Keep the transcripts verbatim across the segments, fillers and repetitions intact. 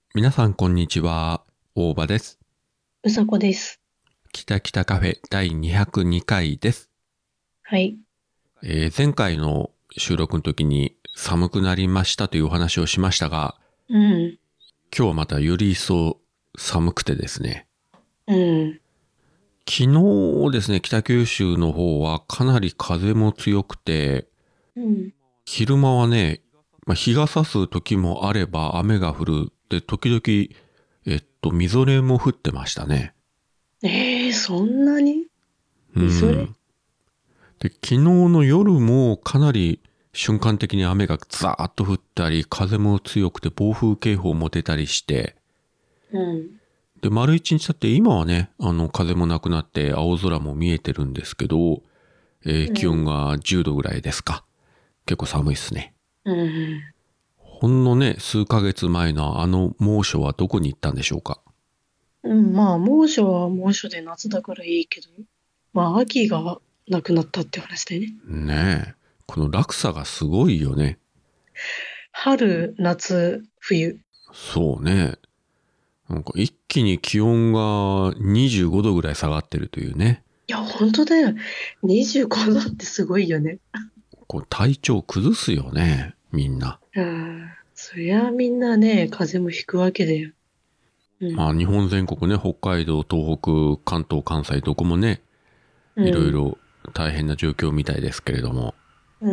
皆さんこんにちは、大場です。 うさこです。 きたきたカフェだいにひゃくにかいです。 はい。 えー前回の収録の時に寒くなりましたというお話をしましたが、 うん。 今日はまたより一層寒くてですね、 うん。 昨日ですね、北九州の方はかなり風も強くて、 うん。 昼間はね、まあ、日が差す時もあれば雨が降る。で、時々、えっと、みぞれも降ってましたね。 ええー、そんなにうみぞれ。 ん。で、昨日の夜もかなり瞬間的に雨がザーッと降ったり、風も強くて暴風警報も出たりして、 うん。 で、丸一日経って今はね、あの、風もなくなって青空も見えてるんですけど、えー気温うん。 がじゅうどぐらいですか。結構寒いっすね。 うん。 ほんのね、数ヶ月前のあの猛暑はどこに行ったんでしょうか。 うん。まあ、猛暑は猛暑で夏だからいいけど、まあ、秋がなくなったって話だよね。 ねえ。この落差がすごいよね。 春、夏、冬。 そうね。なんか一気に気温がにじゅうごどぐらい下がってるというね。 いや、本当だよ。にじゅうごどってすごいよね。 こう体調崩すよね、みんな。 うん。そりゃみんなね、風邪もひくわけだよ。うん。 まあ日本全国ね、北海道、東北、関東、関西、どこもね、 うん。 いろいろ大変な状況みたいですけれども。 うん。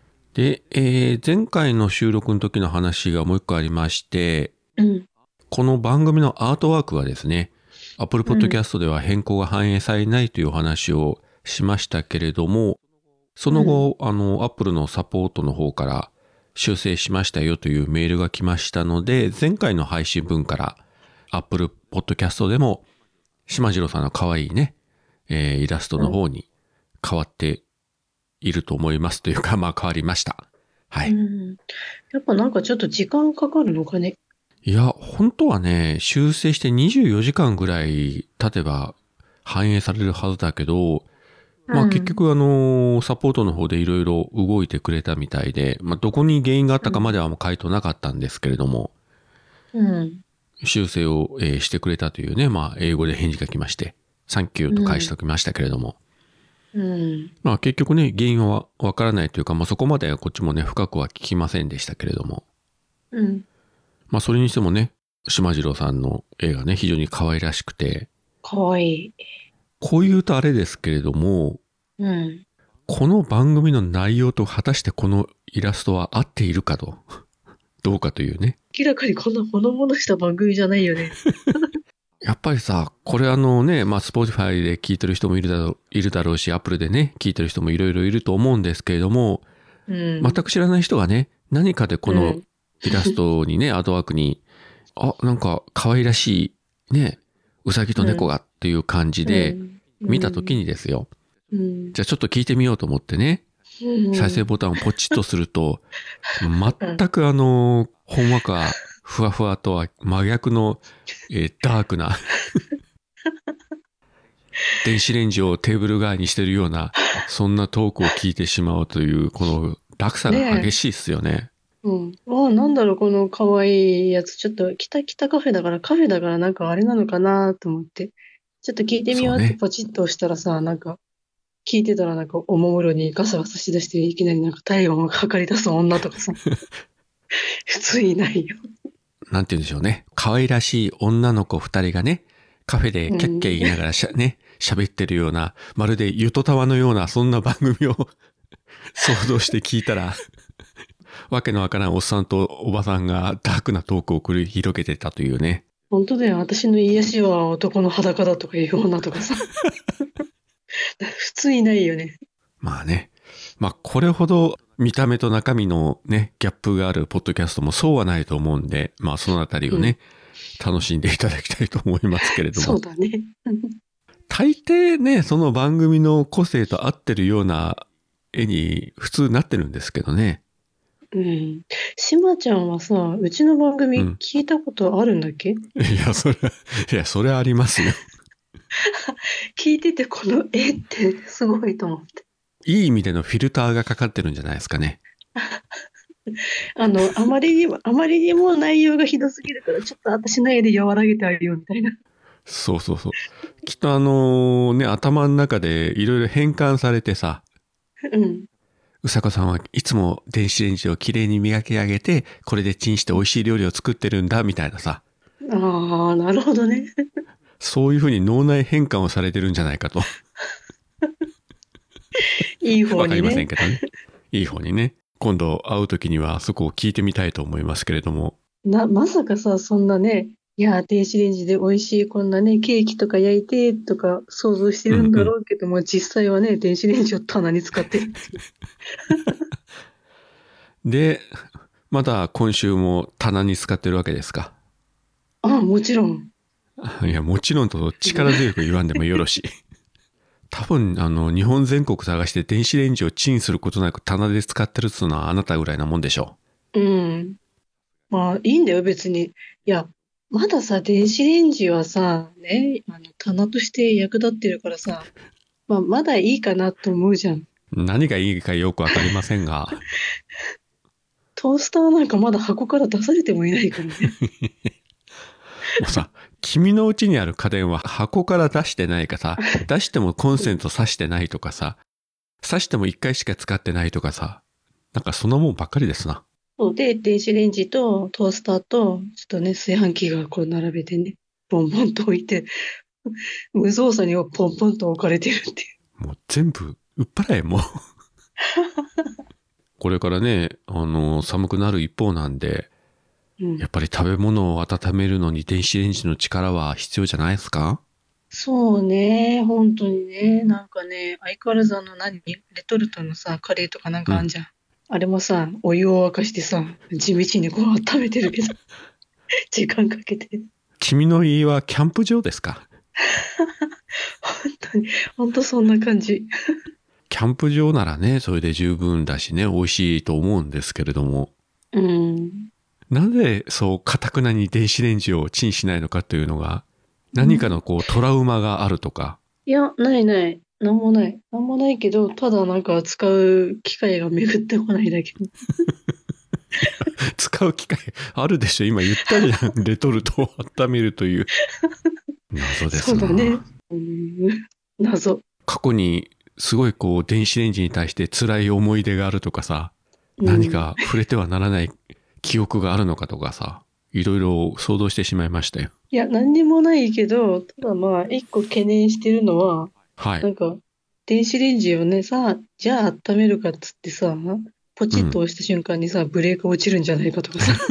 で、えー前回の収録の時の話がもう一個ありまして、 うん。 この番組のアートワークはですね、Apple うん。 Podcast では変更が反映されないというお話をしましたけれども、そうん。 の後、あの、Apple のサポートの方から修正しましたよというメールが来ましたので、前回の配信分から Apple Podcast でも島次郎さんの可愛いね、えーイラストうん。 の方に変わっていると思いますというか、まあ変わりました。はい。 うん。やっぱなんかちょっと時間かかるのかね。 いや、本当はね、修正してにじゅうよじかんぐらい経てば反映されるはずだけど、まあ結うん。 局あの、サポートの方でいろいろ動いてくれたみたいで、まあどこに原因があったかまでうん。 はもう回答なかったんですけれども、 うん。 修正を、えーしてくれたというね、まあ英語で返事が来まして、サンキューと返してうん。 おきましたけれども、 うん。 まあ結局ね、原因はわからないというか、まあそこまでこっちもね、深くは聞きませんでしたけれども、 うん。 まあそれにしてもね、島次郎さんの絵がね、非常に可愛らしくて、 かわいい。 こう言うとあれですけれども、 うん。 この番組の内容と果たしてこのイラストは合っているかと、どうかというね。 明らかにこんなほのぼのした番組じゃないよね。 やっぱりさ、これあのね、まあ、Spotify で聞いてる人もいるだろう、いるだろうし、Apple でね、聞いてる人もいろいろいると思うんですけれども、 う全ん。 く知らない人がね、何かでこのうん。 イラストにね、アートワークに、あ、なんか可愛らしい、ね、うさぎとうん。 猫がっていう感じうでん。う見たときん。 にですよ。 うん。 じゃあちょっと聞いてみようと思ってね、 うん。 再生ボタンをポチッとすると、 うん。 全くあの、ほんわか、ふわふわとは真逆の、えーダークな、電子レンジをテーブル側にしてるような、そんなトークを聞いてしまうという、この落差が激ねしいっすよね。 え。うん。わあ、なんだろう、このかわいいやつ。ちょっと、きたきたカフェだから、カフェだからなんかあれなのかなと思って。ちょっと聞いてみようってそうね。 ポチッと押したらさ、なんか、聞いてたらなんかおもむろにガサガサしだしていきなりなんか体温を測り出す女とかさ、普通いないよ。 なんて言うんでしょうね。可愛らしい女の子二人がね、カフェでうん。 キャッキャ言いながらしゃ、ね、喋ってるような、まるでゆとたわのような、そんな番組を想像して聞いたら、わけのわからんおっさんとおばさんがダークなトークを繰り広げてたというね。 本当だよ。私の癒しは男の裸だとかいう女とかさ、普通いないよね。 まあね。まあこれほど見た目と中身のね、ギャップがあるポッドキャストもそうはないと思うんで、まあそのあたりうん。 をね、楽しんでいただきたいと思いますけれども。 そうだね。 大抵ね、その番組の個性と合ってるような絵に普通なってるんですけどね。 うん。しまちゃんはさ、うちの番組うん。 聞いたことあるんだっけ？ いや、それは、いや、それはありますよ。 聞いててこの絵ってすごいと思って。 いい意味でのフィルターがかかってるんじゃないですかね。 あの、あまりにも、あまりにも内容がひどすぎるから、ちょっと私の絵で和らげてあげようみたいな。 そうそうそう。きっとあのね、頭の中でいろいろ変換されてさ、 うん。 うさこさんはいつも電子レンジをきれいに磨き上げて、これでチンして美味しい料理を作ってるんだ、みたいなさ、 ああ、なるほどね。 そういうふうに脳内変換をされてるんじゃないかと。 いい方わかりませんにね。 けどね。いい方にね。今度会う時にはそこを聞いてみたいと思いますけれども。 な、まさかさ、そんなね、いや、電子レンジで美味しいこんなね、ケーキとか焼いてとか想像してるんだうんうん。 ろうけども、実際はね、電子レンジを棚に使ってるっていう。 で、まだ今週も棚に使ってるわけですか。 ああ、もちろん。 いや、もちろんと力強く言わんでもよろしい。多分、あの、日本全国探して電子レンジをチンすることなく棚で使ってるっつうのはあなたぐらいなもんでしょうん。まあ、いいんだよ、別に。いや、まださ、電子レンジはさ、ね、あの、棚として役立ってるからさ、まあ、まだいいかなと思うじゃん。 う。何がいいかよくわかりませんが。 トースターなんかまだ箱から出されてもいないからね。 もうさ、君の家にある家電は箱から出してないかさ、出してもコンセント挿してないとかさ、挿しても一回しか使ってないとかさ、なんかそんなもんばっかりですな。 そうで、電子レンジとトースターと、ちょっとね、炊飯器がこう並べてね、ボンボンと置いて、無造作にポンポンと置かれてるっていう。 もう全部、売っ払え、もう。これからね、あの、寒くなる一方なんで、 うん、 やっぱり食べ物を温めるのに電子レンジの力は必要じゃないですか？ そうね、本当にね、なんかね、相変わらずあの何、レトルトのさ、カレーとかなんうん。 かあんじゃん。あれもさ、お湯を沸かしてさ、地道にこう温めてるけど、時間かけて。 君の家はキャンプ場ですか？ 本当に、本当そんな感じ。 キャンプ場ならね、それで十分だしね、美味しいと思うんですけれども、 うん。 なぜそう堅くなに電子レンジをチンしないのかというのが、何かのこうトラウマがあるとか、 いや、ないない。なんもない。なんもないけど、ただなんか使う機会が巡ってこないだけ。 使う機会あるでしょ？今言ったじゃん。レトルトを温めるという。謎でそすうだね。 な。 うん、謎。 過去にすごいこう電子レンジに対して辛い思い出があるとかさ、何うん。 か触れてはならない記憶があるのかとかさ、いろいろ想像してしまいましたよ。 いや、何にもないけど、ただまあ、一個懸念してるのは、 はい。 なんか、電子レンジをね、さ、じゃあ温めるかっつってさ、ポうん。 チッと押した瞬間にさ、ブレーカー落ちるんじゃないかとかさ。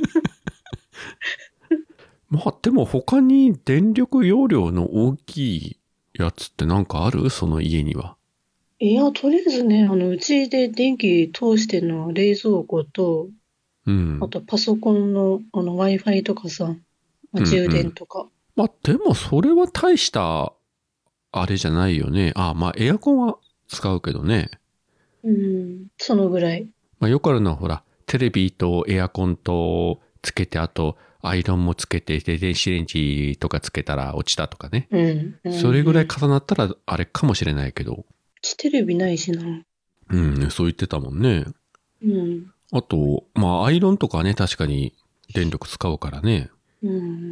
まあでも他に電力容量の大きいやつってなんかある？その家には。 いや、とりあえずね、あの、うちで電気通してるのは冷蔵庫と、 うん。 あとパソコンのあの Wi-Fi とかさ、まあうん充うん。 電とか。 まあでもそれは大したあれじゃないよね。あ、まあエアコンは使うけどね。 うん、そのぐらい。 まあよくあるのはほら、テレビとエアコンとつけて、あとアイロンもつけて、で、電子レンジとかつけたら落ちたとかね。 うん、うん、 それぐらいうん。 重なったらあれかもしれないけど。 うちテレビないしな。 うん、そう言ってたもんね。 うん、 あと、まあアイロンとかね、確かに電力使うからね。 うん。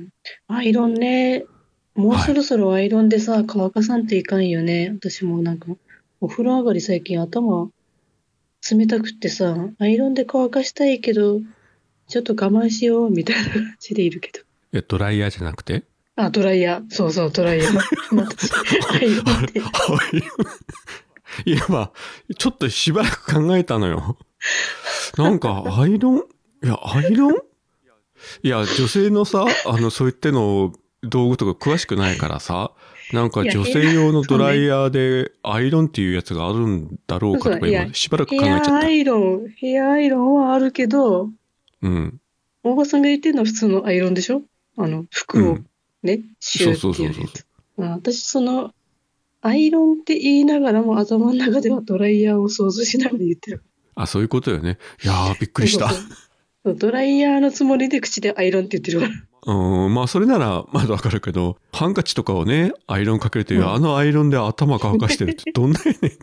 アイロンね、もうはい。 そろそろアイロンでさ、乾かさんといかんよね。私もなんか、お風呂上がり最近頭冷たくってさ、アイロンで乾かしたいけど、ちょっと我慢しようみたいな感じでいるけど。 え、ドライヤーじゃなくて？ あ、ドライヤー。そうそう、ドライヤー。私、アイロンあれ、 って。 アイロン今、ちょっとしばらく考えたのよ。なんか、アイロンいや、アイロンいや、女性のさ、あの、そういっての道具とか詳しくないからさ、なんかいや、ヘア、 女性用のドそうね。 ライヤーでアイロンっていうやつがあるんだろうかそう、 とかいや、 今しばらく考ヘアアえちゃった。 イロン、ヘアアイロンはあるけど、 うん。 大場さんが言ってるのは普通のアイロンでしょ？あの、服をうん。 ね、シそうューっそうそうそうそてやるやつ。あ、私、その、アイロンって言いながらも頭の中ではドライヤーを想像しながら言ってる。 う。あ、そういうことよね。いやー、びっくりした。 そうそうそう。そうドライヤーのつもりで口でアイロンって言ってるから。 うん、まあそれならまだわかるけど、ハンカチとかをね、アイロンかけるという、あうん。 のアイロンで頭乾かしてるってどんなやねんと。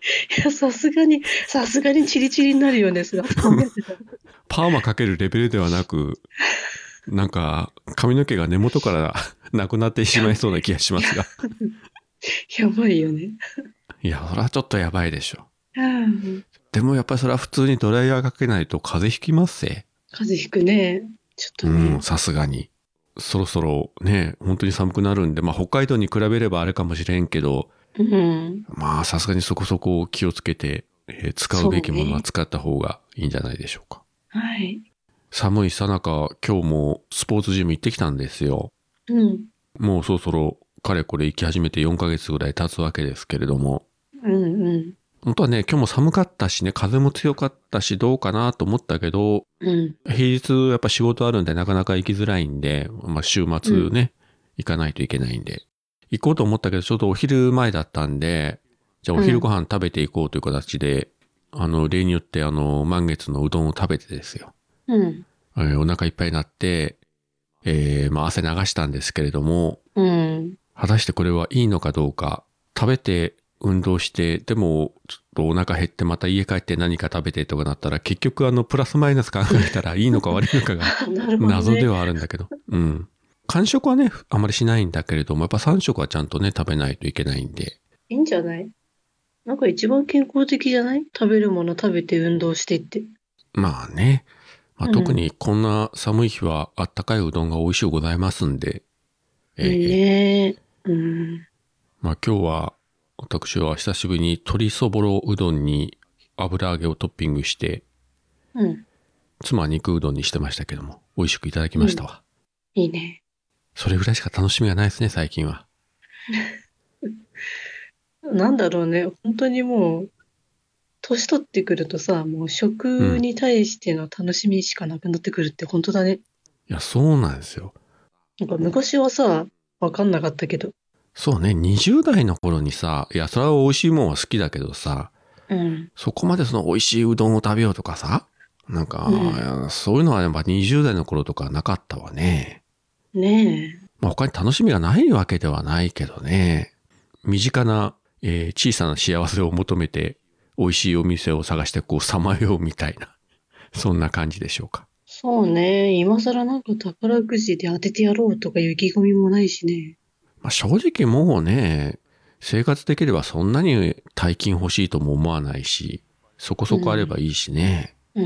いや、さすがに、さすがにチリチリになるよね、それ頭やってたら。 パーマかけるレベルではなく、なんか髪の毛が根元からなくなってしまいそうな気がしますが。 やばいよね。 いや、それはちょっとやばいでしょ。 うん。 でもやっぱりそれは普通にドライヤーかけないと風邪ひきますぜ。 風邪ひくね。ちょっとうね。 ん、さすがに。そろそろね、本当に寒くなるんで、まあ北海道に比べればあれかもしれんけど、 うん。 まあさすがにそこそこ気をつけて、えー使うべきものは使った方がいいんじゃないでしょうか。 はい。 寒いさなか今日もスポーツジム行ってきたんですよ。 うん。 もうそろそろかれこれ行き始めてよんかげつぐらい経つわけですけれども、 うんうん。 本当はね、今日も寒かったしね、風も強かったしどうかなと思ったけど、 うん。 平日やっぱ仕事あるんでなかなか行きづらいんで、まあ週末ね、行かないといけないんで。行こうと思ったけどちょうどお昼前だったんで、じゃあお昼ご飯食べていこうという形で、あの、例によってあの、満月のうどんを食べてですよ。 うん。 えーお腹いっぱいになって、えーまあ汗流したんですけれども、 うん。 果たしてこれはいいのかどうか、食べて運動して、でもちょっとお腹減ってまた家帰って何か食べてとかなったら結局あのプラスマイナス考えたらいいのか悪いのかがなるほどね。 謎ではあるんだけど。うん。間食はね、あまりしないんだけれども、やっぱさん食はちゃんとね、食べないといけないんで。 いいんじゃない？なんか一番健康的じゃない？食べるもの食べて運動してって。 まあね。まあ、特うん。 にこんな寒い日はあったかいうどんが美味しゅうございますんで。えーねえ。うん。 まあ今日は私は久しぶりに鶏そぼろうどんに油揚げをトッピングして、 うん。 妻は肉うどんにしてましたけども、美味しくいただきまうん。 したわ。 いいね。 それぐらいしか楽しみがないですね、最近は。 なんだろうね。本当にもう、年取ってくるとさ、もううん。 食に対しての楽しみしかなくなってくるって本当だね。 いや、そうなんですよ。 なんか昔はさ、わかんなかったけど。 そうね、にじゅう代の頃にさ、いや、それは美味しいもんは好きだけどさ、 うん。 そこまでその美味しいうどんを食べようとかさ、なんか、 うん。 いやそういうのはやっぱにじゅう代の頃とかなかったわね。 ねえ。 まあ、他に楽しみがないわけではないけどね。身近な、えー小さな幸せを求めて、美味しいお店を探してこうさまようみたいな、そんな感じでしょうか。 そうね。今更なんか宝くじで当ててやろうとかいう意気込みもないしね。 まあ、正直もうね、生活できればそんなに大金欲しいとも思わないし、そこそこあればうん。 いいしね。 うん。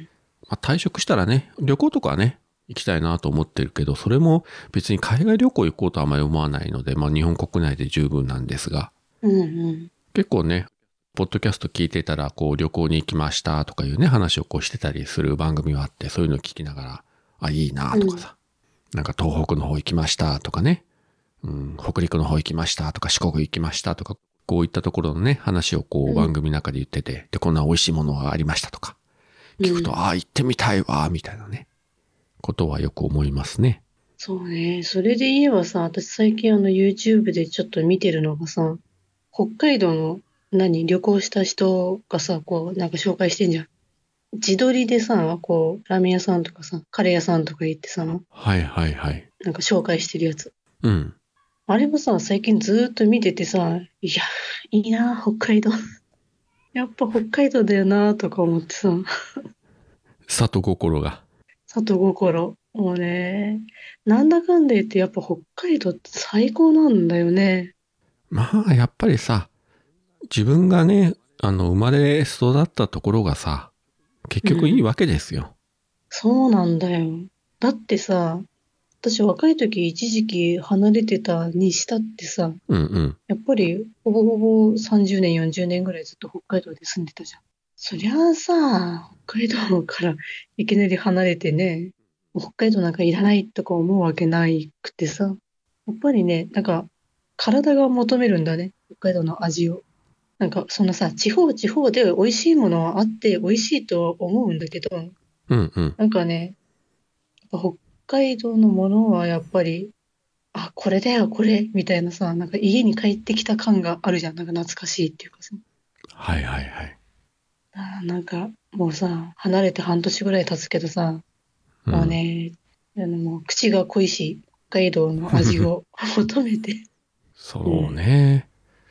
まあ、退職したらね、旅行とかね、行きたいなと思ってるけど、それも別に海外旅行行こうとはあまり思わないので、まあ日本国内で十分なんですが、 うんうん。 結構ね、ポッドキャスト聞いてたら、こう旅行に行きましたとかいうね、話をこうしてたりする番組はあって、そういうのを聞きながら、あ、いいなうん。 とかさ、なんか東北の方行きましたとかね、うん、北陸の方行きましたとか、四国行きましたとか、こういったところのね、話をこう番うん。 組の中で言ってて、で、こんな美味しいものがありましたとか、聞くと、 うん。 ああ、行ってみたいわ、みたいなね、ことはよく思いますね。 そうね。それで言えばさ、私最近あの YouTube でちょっと見てるのがさ、北海道の何、旅行した人がさ、こう、なんか紹介してんじゃん。自撮りでさ、こう、ラーメン屋さんとかさ、カレー屋さんとか行ってさ、なんはいはいはい。 か紹介してるやつ。 うん。 あれもさ、最近ずーっと見ててさ、いや、いいな、北海道。やっぱ北海道だよな、とか思ってさ、 里心が。 里心。もうね、なんだかんだ言ってやっぱ北海道って最高なんだよね。 まあ、やっぱりさ、自分がね、あの、生まれ育ったところがさ、結うん。 局いいわけですよ。 そうなんだよ。だってさ、私若い時一時期離れてたにしたってさ、 うんうん。 やっぱりほぼほぼさんじゅうねん、よんじゅうねんぐらいずっと北海道で住んでたじゃん。そりゃあさ、北海道からいきなり離れてね、北海道なんかいらないとか思うわけないくてさ、やっぱりね、なんか体が求めるんだね、北海道の味を。なんかそんなさ、地方地方で美味しいものはあって美味しいとは思うんだけど、 うんうん。 なんかね、やっぱ北海道のものはやっぱり、あ、これだよ、これ、みたいなさ、なんか家に帰ってきた感があるじゃん。なんか懐かしいっていうかさ。 はいはいはい。 あーなんか、もうさ、離れて半年ぐらい経つけどさ、もううん。 ね、あのもう口が恋しい北海道の味を求めて。うそうん。 ね。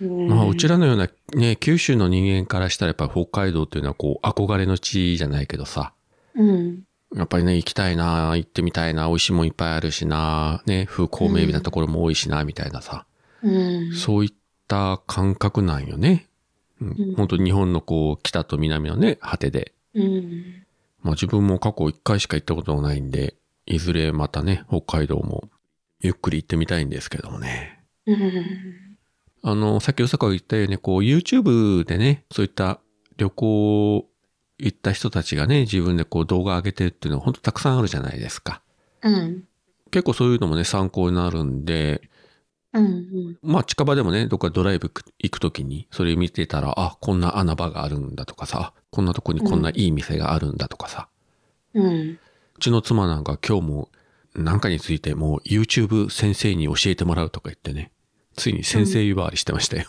うんまあ、うちらのようなね、九州の人間からしたらやっぱり北海道っていうのはこう、憧れの地じゃないけどさ、 うん。 やっぱりね、行きたいな、行ってみたいな、美味しいもんいっぱいあるしな、ね、風光明媚なところも多いしな、みたいなさ、 うん。 そういった感覚なんよね。うんうん本当に日本のこう、北と南のね、果てで。 うん。 まあ自分も過去一回しか行ったことがないんで、いずれまたね、北海道もゆっくり行ってみたいんですけどもね。 うん。 あの、さっきうさかが言ったように、こう、YouTube でね、そういった旅行行った人たちがね、自分でこう動画上げてるっていうのは本当たくさんあるじゃないですか。 うん。 結構そういうのもね、参考になるんで、 うん。 まあ近場でもね、どっかドライブ行くときに、それ見てたら、あ、こんな穴場があるんだとかさ、こんなとこにこんないい店があるんだとかさ、 うん。 うちの妻なんか今日も何かについてもう YouTube 先生に教えてもらうとか言ってね、ついに先生呼ばわりしてましたよ。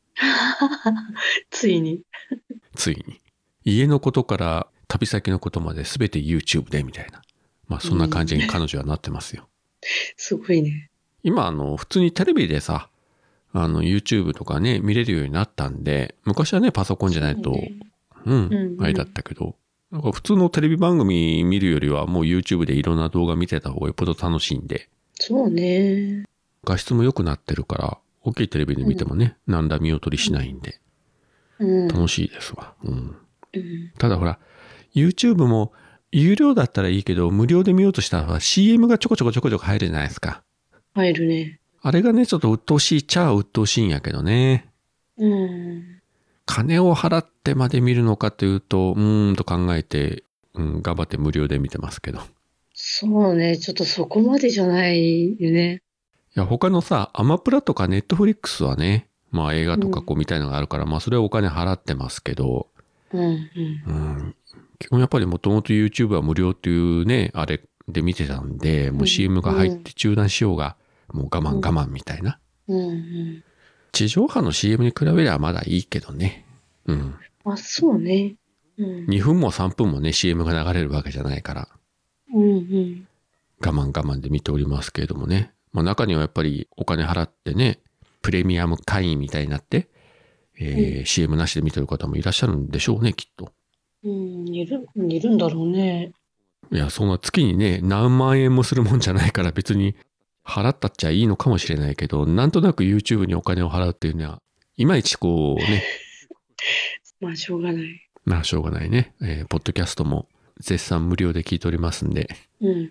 ついに。 ついに。家のことから旅先のことまで全て YouTube でみたいな。まあそんな感じに彼女はなってますよ。 すごいね。 今あの普通にテレビでさ、あの YouTube とかね見れるようになったんで、昔はねパソコンじゃないと、 そうねうん、 うんうんあれだったけど、なんか普通のテレビ番組見るよりはもう YouTube でいろんな動画見てた方がよっぽど楽しいんで、 そうね。 画質も良くなってるから、大きいテレビで見てもね、何ら見劣りしないんで、 うん。 楽しいですわ。うん。 うん。 ただほら、YouTube も有料だったらいいけど、無料で見ようとしたら シーエム がちょこちょこちょこちょこ入るじゃないですか。 入るね。 あれがね、ちょっと鬱陶しいっちゃ鬱陶しいんやけどね。 うん。 金を払ってまで見るのかというと、うーんと考えて、うん、頑張って無料で見てますけど。いそうね。ちょっとそこまでじゃないよね。 や、他のさ、アマプラとかネットフリックスはね、まあ映画とかこう見たいのがあるから、まあそれはお金払ってますけど、 うん。うん。 うん、基本やっぱりもともと YouTube は無料っていうね、あれで見てたんで、もう シーエム が入って中断しようが、もう我慢我慢みたいな。 うん。うん。 地上波の シーエム に比べればまだいいけどね。うん。 あ、そうね。うん。 にふんもさんぷんもね、シーエム が流れるわけじゃないから、 うん。うん。 我慢我慢で見ておりますけれどもね。まあ中にはやっぱりお金払ってね、プレミアム会員みたいになって、えー シーエム なしで見てる方もいらっしゃるんでしょうね、きっと。 うん。いる、いるんだろうね。 いや、そんな月にね、何万円もするもんじゃないから別に払ったっちゃいいのかもしれないけど、なんとなく YouTube にお金を払うっていうのは、いまいちこうね、 まあ、しょうがない。 まあしょうがないね。えーポッドキャストも絶賛無料で聞いておりますんで。 うん。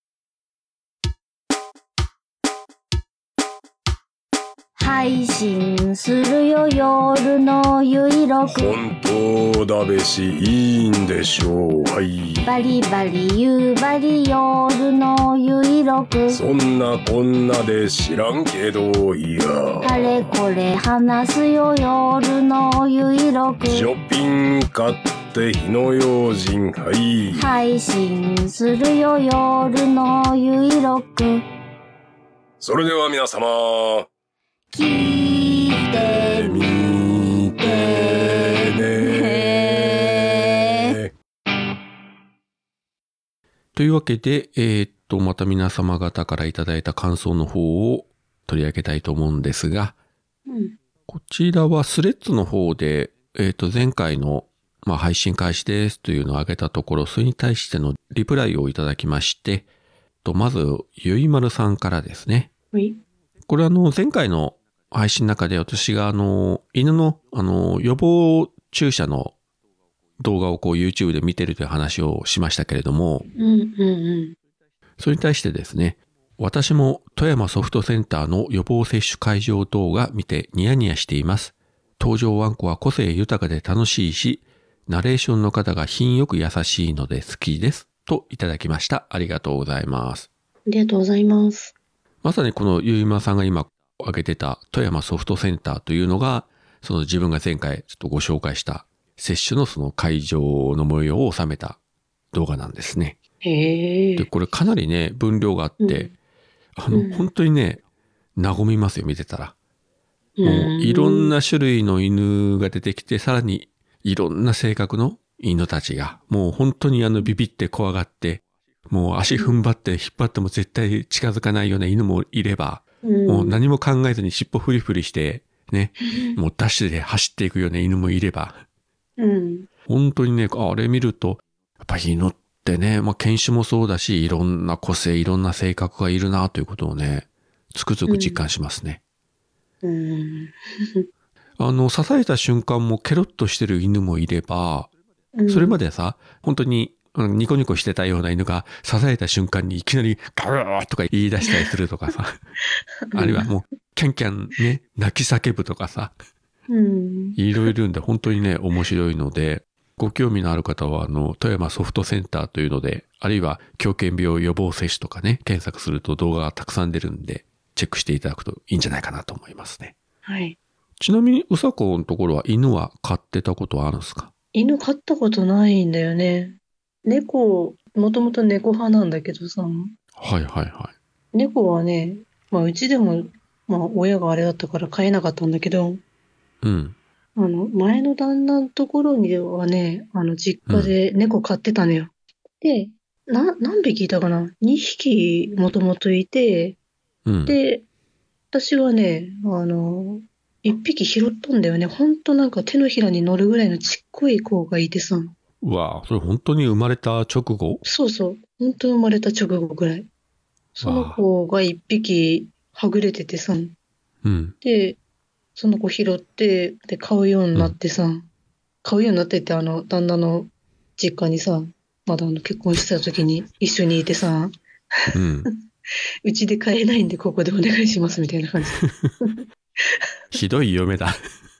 配信するよ夜のゆいろく本当だべしいいんでしょうはいバリバリ夕張夜のゆいろくそんなこんなで知らんけどいやあれこれ話すよ夜のゆいろくショッピング買って火の用心はい配信するよ夜のゆいろくそれでは皆様聞いてみ見てねというわけで、えーっと、また皆様方からいただいた感想の方を取り上げたいと思うんですが、 うん。 こちらはスレッズの方で、えーっと、前回の、まあ、配信開始ですというのを挙げたところ、それに対してのリプライをいただきまして、とまず、ゆいまるさんからですね。 はい。 これはあの、前回の配信の中で私があの、犬のあの、予防注射の動画をこう YouTube で見てるという話をしましたけれども、 うん。うん。うん。 それに対してですね、私も富山ソフトセンターの予防接種会場動画見てニヤニヤしています。登場ワンコは個性豊かで楽しいし、ナレーションの方が品よく優しいので好きです。といただきました。ありがとうございます。 ありがとうございます。 まさにこのゆいまさんが今挙げてた富山ソフトセンターというのが、その自分が前回ちょっとご紹介した接種のその会場の模様を収めた動画なんですね。 へえ。 で、これかなりね、分量があって、 うんあの、 うん本当にね、和みますよ、見てたら。もううんいろんな種類の犬が出てきて、さらにいろんな性格の犬たちが、もう本当にあのビビって怖がって、もう足踏ん張って引っ張っても絶対近づかないような犬もいれば、 うん、 もう何も考えずに尻尾フリフリしてね、もうダッシュで走っていくような犬もいれば、 うん。 本当にね、あれ見ると、やっぱ犬ってね、まあ犬種もそうだし、いろんな個性、いろんな性格がいるなということをね、つくづく実感しますね。 うん。 あの、刺された瞬間もケロッとしてる犬もいれば、それまでさ、本当にうんニコニコしてたような犬が刺された瞬間にいきなりガーッとか言い出したりするとかさ、あるいはもうキャンキャンね、泣き叫ぶとかさ、 うん。 いろいろいるんで本当にね、面白いので、ご興味のある方は、あの、富山ソフトセンターというので、あるいは狂犬病予防接種とかね、検索すると動画がたくさん出るんで、チェックしていただくといいんじゃないかなと思いますね。 はい。 ちなみに、うさこのところは犬は飼ってたことはあるんですか？ 犬飼ったことないんだよね。猫、もともと猫派なんだけどさ、 はいはいは猫はね、まあうちでも、まあ親があれだったから飼えなかったんだけど、 い。うん。 あの、前の旦那のところにはね、あの、実家で猫飼ってたのよ。で、な、何匹いたかな？ に 匹もともといて、 うん。 で、私はね、あの、いっぴき拾ったんだよね。ほんとなんか手のひらに乗るぐらいのちっこい子がいてさ、 うわぁ、それ本当に生まれた直後？ そうそう、ほんと生まれた直後ぐらい。その子がいっぴきはぐれててさ、 うん。 で、その子拾って、で、飼うようになってさ、飼うようになってって、あの、旦那の実家にさ、まだあの結婚してた時に一緒にいてさ、 うん。 うちで飼えないんでここでお願いしますみたいな感じ。 ひどい嫁だ。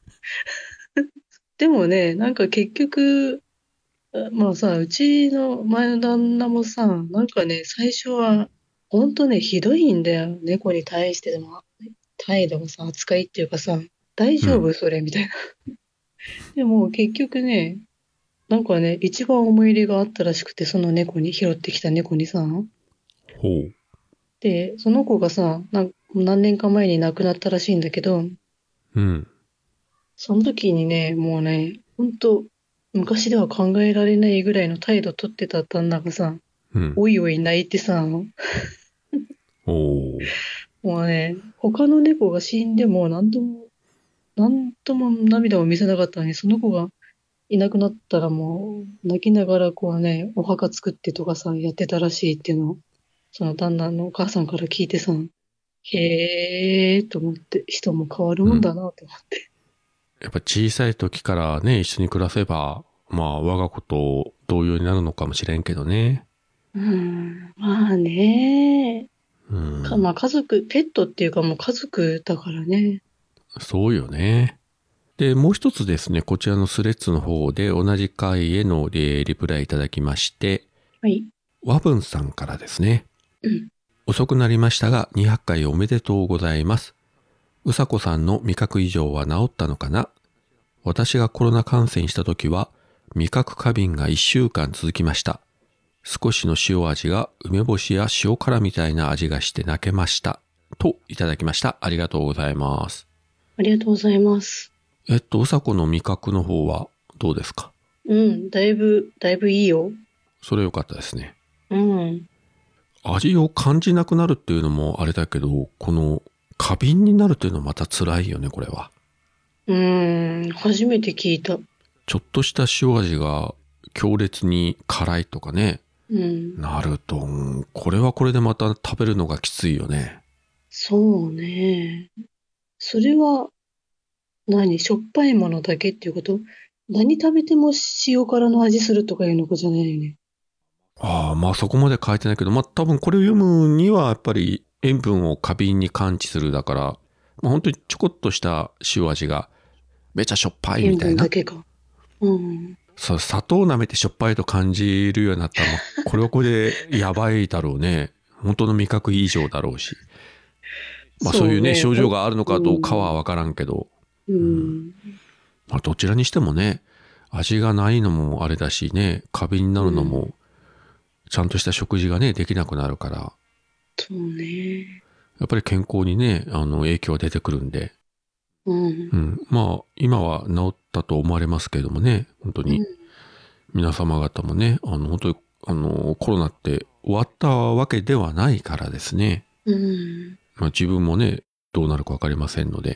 でもね、なんか結局、あまあさ、うちの前の旦那もさ、なんかね、最初は、ほんとね、ひどいんだよ。猫に対しての態度もさ、扱いっていうかさ、大丈夫うんそれみたいな。でも結局ね、なんかね、一番思い入れがあったらしくて、その猫に、拾ってきた猫にさ。 ほう。 で、その子がさ、なん何年か前に亡くなったらしいんだけど、 うん。 その時にね、もうね、ほんと、昔では考えられないぐらいの態度取ってた旦那がさ、 うん。 おいおい泣いてさ、 おー。 もうね、他の猫が死んでも何とも、何とも涙を見せなかったのに、その子がいなくなったらもう、泣きながらこうね、お墓作ってとかさ、やってたらしいっていうのを、その旦那のお母さんから聞いてさ、へーと思って、人も変わるもんだなと思って。 やっぱ小さい時からね、一緒に暮らせば、まあ我が子と同様になるのかもしれんけどね。 うーん、まあね、 うん。 かまあ家族、ペットっていうかもう家族だからね。 そうよね。で、もう一つですね、こちらのスレッズの方で同じ回へのリリプライいただきまして、 はい。 ワブンさんからですね。 うん。 遅くなりましたが、にひゃっかいおめでとうございます。うさこさんの味覚異常は治ったのかな？私がコロナ感染した時は、味覚過敏がいっしゅうかん続きました。少しの塩味が梅干しや塩辛みたいな味がして泣けました。といただきました。ありがとうございます。 ありがとうございます。 えっと、うさこの味覚の方はどうですか？ うん、だいぶ、だいぶいいよ。 それ良かったですね。 うん。 味を感じなくなるっていうのもあれだけど、この過敏になるっていうのはまた辛いよね、これは。 うーん、初めて聞いた。 ちょっとした塩味が強烈に辛いとかね、 うん。 なると、うんこれはこれでまた食べるのがきついよね。 そうね。それは、何しょっぱいものだけっていうこと？何食べても塩辛の味するとかいうのことじゃないよね。 ああ、まあそこまで書いてないけど、まあ多分これを読むにはやっぱり塩分を過敏に感知するだから、まあ本当にちょこっとした塩味がめちゃしょっぱいみ塩たいな。 分だけか。うん。 そう、砂糖を舐めてしょっぱいと感じるようになったら、もうこれはこれでやばいだろうね。本当の味覚異常だろうし。まあそういうね、症状があるのかどうかはわからんけど、 うん。 まあどちらにしてもね、味がないのもあれだしね、過敏になるのも、ちゃんとした食事がね、できなくなるから、 そうね。 やっぱり健康にね、あの影響が出てくるんで、 うん。 うん、まあ今は治ったと思われますけれどもね、本当に皆様方もね、あの本当にあのコロナって終わったわけではないからですね、 うん。 まあ、自分もねどうなるか分かりませんので、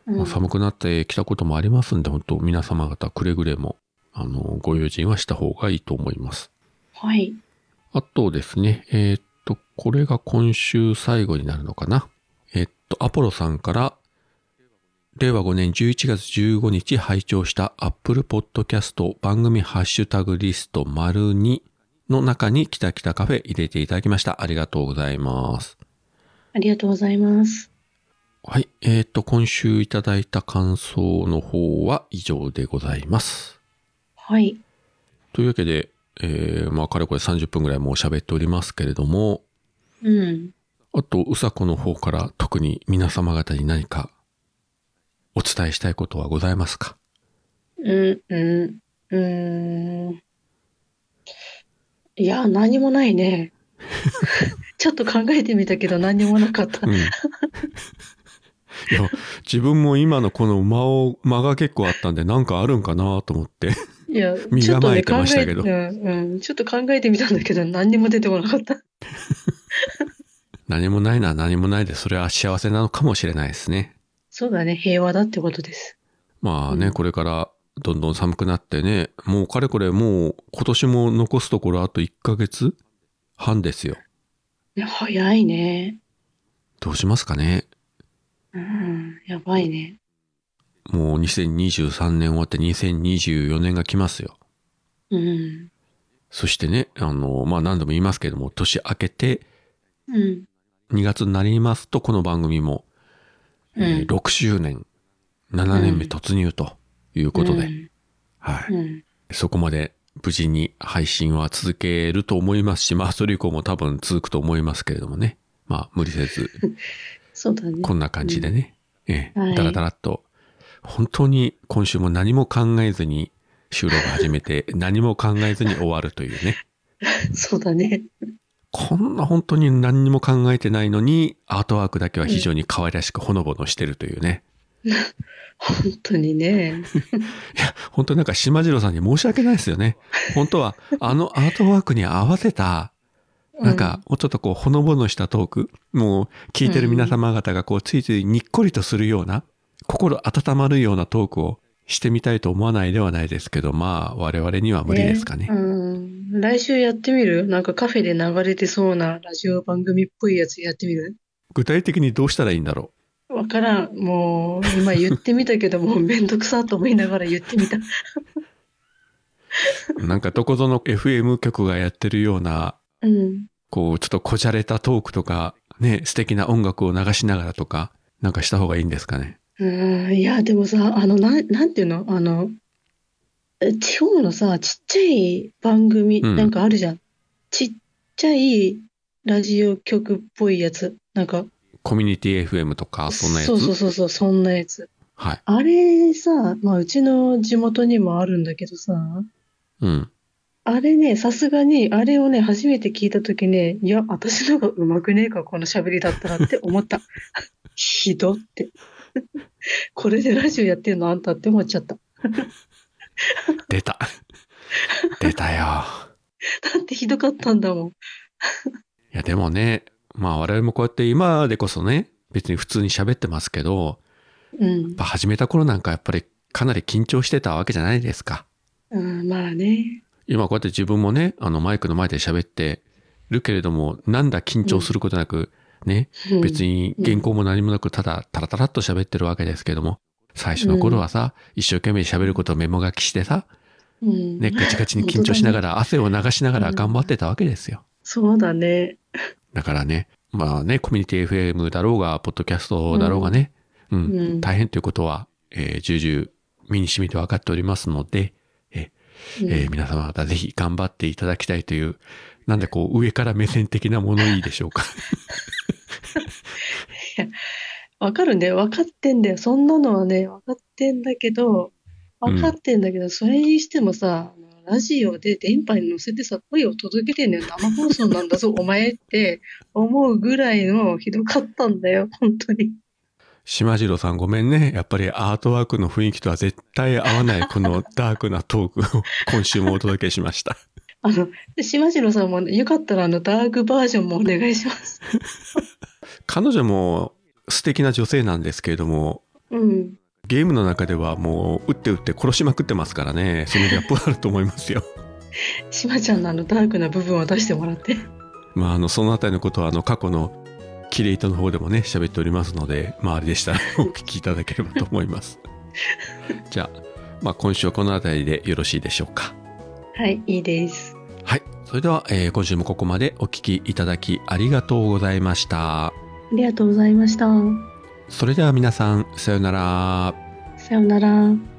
うんまあ、寒くなってきたこともありますんで、本当皆様方くれぐれも、あの、ご用心はした方がいいと思います。 はい。 あとですね、えーっと、これが今週最後になるのかな。えーっと、アポロさんから、れいわごねんじゅういちがつじゅうごにち拝聴した Apple Podcast 番組ハッシュタグリスト丸にの中にキタキタカフェ入れていただきました。ありがとうございます。 ありがとうございます。 はい。えっと、今週いただいた感想の方は以上でございます。 はい。 というわけで、えー、まあ、かれこれさんじゅっぷんぐらいもう喋っておりますけれども、 うん。 あと、うさこの方から特に皆様方に何かお伝えしたいことはございますか？ うん、うん、うーん。いや、何もないね。ちょっと考えてみたけど何もなかった。 うん。いや、自分も今のこの間を、間が結構あったんで、なんかあるんかなと思って、 いや、 身ちょっとね、 構えて考え、 ましたけど。 うん、うん、ちょっと考えてみたんだけど何にも出てこなかった。 何もないのは何もないで、それは幸せなのかもしれないですね。 そうだね、平和だってことです。 まあね、 うんこれからどんどん寒くなってね、もうかれこれもう今年も残すところあといっかげつはんですよ。 いや早いね。 どうしますかね。 うん、やばいね。 もうにせんにじゅうさんねん終わってにせんにじゅうよねんが来ますよ。 うん、 そしてね、あの、まあ何度も言いますけれども、年明けてうん、 にがつになりますと、この番組も、 うん、 えーろくしゅうねん、ななねんめ突入ということで、 うんはい、 うん、 そこまで無事に配信は続けると思いますし、まあそれ以降も多分続くと思いますけれどもね。まあ無理せず、 そうだね。 こんな感じでね、ええはいだらだらっと、本当に今週も何も考えずに収録始めて、何も考えずに終わるというね。 そうだね。 こんな本当に何にも考えてないのに、アートワークだけは非常に可愛らしくほのぼのしてるというね。 本当にね。 いや、本当になんか島次郎さんに申し訳ないですよね。本当は、あのアートワークに合わせた、なんか、もうちょっとこう、ほのぼのしたトーク、もう、聞いてる皆様方がこう、ついついにっこりとするような、心温まるようなトークをしてみたいと思わないではないですけど、まあ、我々には無理ですかね。 うん。来週やってみる？なんかカフェで流れてそうなラジオ番組っぽいやつやってみる？ 具体的にどうしたらいいんだろわからん。もう、今言ってみたけど、もうめんどくさと思いながら言ってみた。 う。なんか、どこぞの エフエム 局がやってるような、 うん。 こう、ちょっとこじゃれたトークとか、ね、素敵な音楽を流しながらとか、なんかした方がいいんですかね。 うん、いや、でもさ、あの、なん、なんていうのあの、え地方のさ、ちっちゃい番組、 うんなんかあるじゃん。ちっちゃいラジオ局っぽいやつ。なんか、 コミュニティ エフエム とか、そんなやつ。 そうそうそうそう、そんなやつ。 はい。 あれさ、まあ、うちの地元にもあるんだけどさ、 うん。 あれね、さすがに、あれをね、初めて聞いたときね、いや、私の方が上手くねえか、この喋りだったらって思った。ひどって。これでラジオやってんのあんたって思っちゃった。 出た。出たよ。 だってひどかったんだもん。 いや、でもね、まあ我々もこうやって今でこそね、別に普通に喋ってますけど、 うんやっぱ。始めた頃なんかやっぱりかなり緊張してたわけじゃないですか。 うん、まあね。 今こうやって自分もね、あのマイクの前で喋ってるけれども、なんだ緊張することなく、ね、 うん別に原稿も何もなくただタラタラっと喋ってるわけですけども、最初の頃はさ、一生懸命喋ることをメモ書きしてさ、 うん。 ね、ガチガチに緊張しながら、汗を流しながら頑張ってたわけですよ。 そうだね。 だからね、まあね、コミュニティ エフエム だろうが、ポッドキャストだろうがね、うん、 うん大変ということは、えー、重々身に染みて分かっておりますので、えーえー皆様方ぜひ頑張っていただきたいという、なんでこう上から目線的なものいいでしょうか。 わかるんだよ。わかってんだよ。そんなのはね、わかってんだけど、わかってんだけど、それにしてもさ、あのラジオで電波に乗せてさ、声を届けてんのよ。生放送なんだぞ、お前って思うぐらいのひどかったんだよ、本当に。 島次郎さんごめんね。やっぱりアートワークの雰囲気とは絶対合わないこのダークなトークを今週もお届けしました。 あの、で島次郎さんも、ね、よかったらあの、ダークバージョンもお願いします。 彼女も素敵な女性なんですけれども、 うん。 ゲームの中ではもう撃って撃って殺しまくってますからね。そのギャップはあると思いますよ。 しまちゃんのあのダークな部分を出してもらって。 まあ、あのそのあたりのことはあの過去のキレイトの方でもね喋っておりますので、周りでしたらお聞きいただければと思います。じゃあ、まあ、今週はこのあたりでよろしいでしょうか。 はい、いいです。 はい、それでは、えー今週もここまでお聞きいただきありがとうございました。 ありがとうございました。 それでは皆さん、さようなら。 さようなら。